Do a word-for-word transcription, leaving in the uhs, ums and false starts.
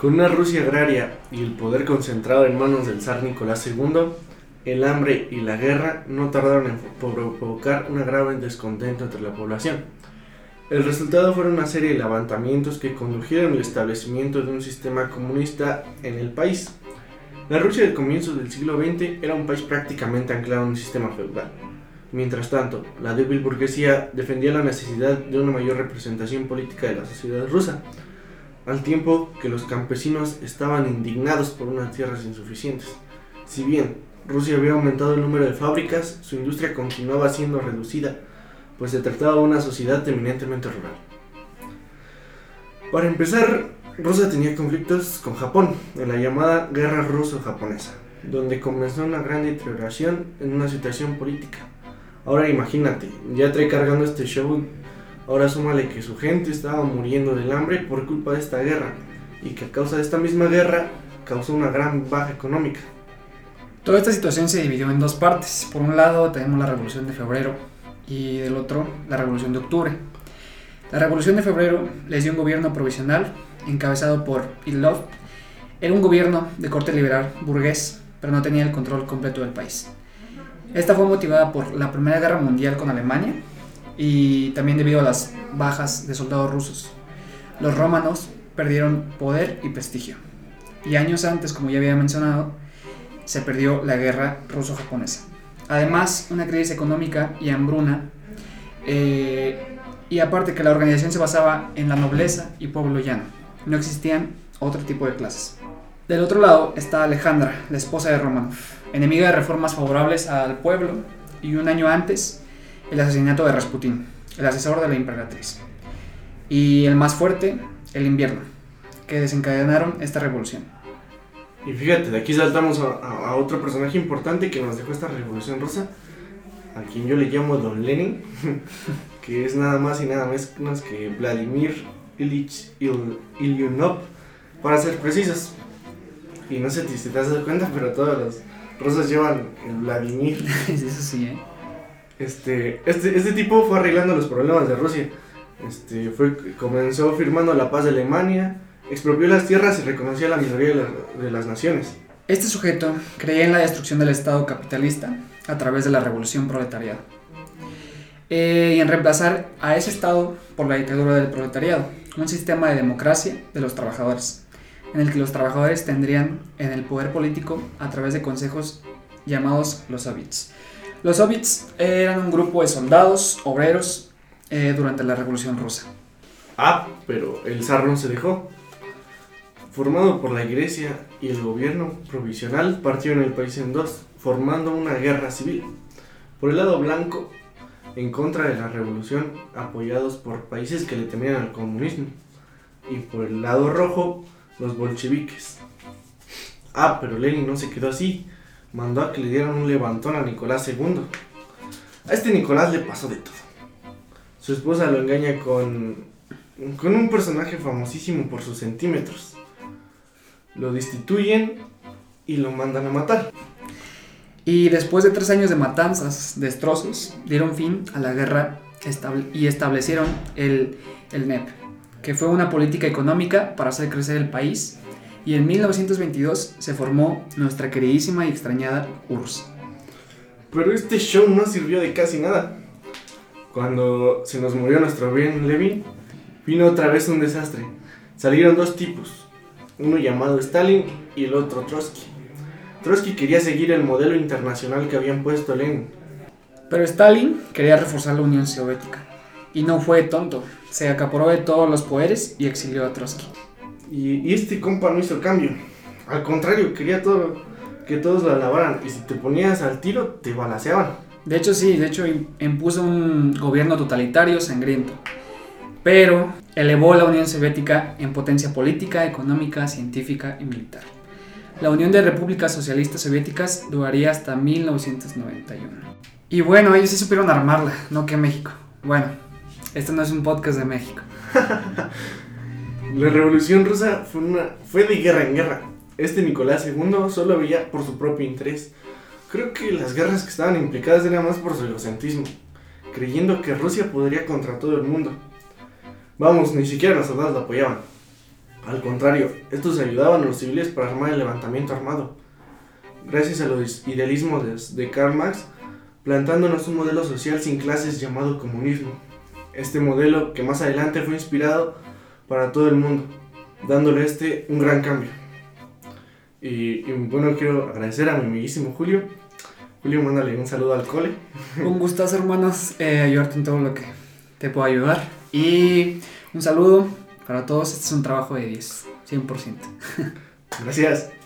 Con una Rusia agraria y el poder concentrado en manos del zar Nicolás segundo, el hambre y la guerra no tardaron en provocar un grave descontento entre la población. El resultado fueron una serie de levantamientos que condujeron al establecimiento de un sistema comunista en el país. La Rusia del comienzo del siglo veinte era un país prácticamente anclado en un sistema feudal. Mientras tanto, la débil burguesía defendía la necesidad de una mayor representación política de la sociedad rusa, al tiempo que los campesinos estaban indignados por unas tierras insuficientes. Si bien Rusia había aumentado el número de fábricas, su industria continuaba siendo reducida, pues se trataba de una sociedad eminentemente rural. Para empezar, Rusia tenía conflictos con Japón en la llamada Guerra Ruso-Japonesa, donde comenzó una gran deterioración en una situación política. Ahora imagínate, ya trae cargando este show, ahora súmale que su gente estaba muriendo del hambre por culpa de esta guerra, y que a causa de esta misma guerra causó una gran baja económica. Toda esta situación se dividió en dos partes. Por un lado tenemos la Revolución de Febrero y del otro la Revolución de Octubre. La Revolución de Febrero les dio un gobierno provisional encabezado por Ilov. Era un gobierno de corte liberal burgués, pero no tenía el control completo del país. Esta fue motivada por la Primera Guerra Mundial con Alemania y también debido a las bajas de soldados rusos. Los romanos perdieron poder y prestigio. Y años antes, como ya había mencionado, se perdió la guerra ruso-japonesa. Además, una crisis económica y hambruna, eh, y aparte que la organización se basaba en la nobleza y pueblo llano. No existían otro tipo de clases. Del otro lado está Alejandra, la esposa de Romanov, enemiga de reformas favorables al pueblo, y un año antes, el asesinato de Rasputín, el asesor de la emperatriz. Y el más fuerte, el invierno, que desencadenaron esta revolución. Y fíjate, de aquí saltamos a, a, a otro personaje importante que nos dejó esta revolución rusa, a quien yo le llamo Don Lenin, que es nada más y nada menos que Vladimir Ilich Il, Ilyunov, para ser precisos. Y no sé si te has dado cuenta, pero todos los rusos llevan el Vladimir. Eso sí, ¿eh? Este, este, este tipo fue arreglando los problemas de Rusia. Este, fue, comenzó firmando la paz de Alemania, expropió las tierras y reconoció a la minoría de, la, de las naciones. Este sujeto creía en la destrucción del Estado capitalista a través de la revolución proletariada, eh, y en reemplazar a ese Estado por la dictadura del proletariado, un sistema de democracia de los trabajadores, en el que los trabajadores tendrían en el poder político a través de consejos llamados los soviets. Los soviets eran un grupo de soldados, obreros, eh, durante la Revolución Rusa. Ah, pero el zar no se dejó. Formado por la Iglesia y el gobierno provisional, partió en el país en dos, formando una guerra civil. Por el lado blanco, en contra de la revolución, apoyados por países que le temían al comunismo. Y por el lado rojo, los bolcheviques. Ah, pero Lenin no se quedó así. Mandó a que le dieran un levantón a Nicolás segundo. A este Nicolás le pasó de todo. Su esposa lo engaña con, con un personaje famosísimo por sus centímetros. Lo destituyen y lo mandan a matar. Y después de tres años de matanzas, destrozos, dieron fin a la guerra estable- y establecieron el, el N E P, que fue una política económica para hacer crecer el país, y en mil novecientos veintidós se formó nuestra queridísima y extrañada U R S S. Pero este show no sirvió de casi nada. Cuando se nos murió nuestro bien Lenin, vino otra vez un desastre. Salieron dos tipos, uno llamado Stalin y el otro Trotsky. Trotsky quería seguir el modelo internacional que habían puesto Lenin. Pero Stalin quería reforzar la Unión Soviética, y no fue tonto, se acaparó de todos los poderes y exilió a Trotsky. Y, y este compa no hizo cambio. Al contrario, quería todo, que todos lo alabaran, y si te ponías al tiro, te balaceaban. De hecho sí, de hecho impuso un gobierno totalitario sangriento, pero elevó la Unión Soviética en potencia política, económica, científica y militar. La Unión de Repúblicas Socialistas Soviéticas duraría hasta mil novecientos noventa y uno. Y bueno, ellos sí supieron armarla, no que México. Bueno, esto no es un podcast de México. La revolución rusa fue, una, fue de guerra en guerra. Este Nicolás segundo solo veía por su propio interés. Creo que las guerras que estaban implicadas eran más por su egocentrismo, creyendo que Rusia podría contra todo el mundo. Vamos, ni siquiera los soldados lo apoyaban. Al contrario, estos ayudaban a los civiles para armar el levantamiento armado. Gracias a los idealismos de, de Karl Marx, plantándonos un modelo social sin clases llamado comunismo. Este modelo que más adelante fue inspirado para todo el mundo, dándole este un gran cambio. Y, y bueno, quiero agradecer a mi amiguísimo Julio. Julio, mándale un saludo al cole. Un gustazo, hermanos, eh, ayudarte en todo lo que te puedo ayudar. Y un saludo para todos, este es un trabajo de diez, cien por ciento. Gracias.